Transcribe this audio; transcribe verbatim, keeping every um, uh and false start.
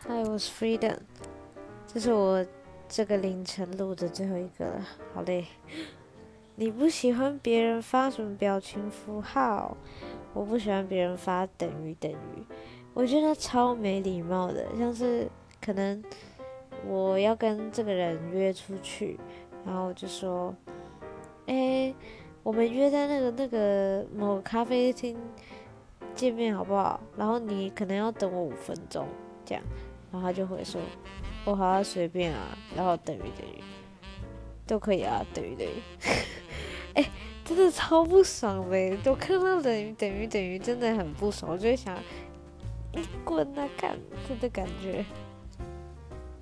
Hi，我是 Freedom，这是我这个凌晨录的最后一个了，好累。你不喜欢别人发什么表情符号？我不喜欢别人发等于等于，我觉得超没礼貌的。像是可能我要跟这个人约出去，然后我就说，哎、欸，我们约在那个那个某个咖啡厅见面好不好？然后你可能要等我五分钟，这样。然后他就会说，我、哦、好啊，随便啊，然后等于等于都可以啊，等于等于，哎、欸，真的超不爽的，我看到等于等于等于真的很不爽，我就会想，你滚啊，干这的感觉。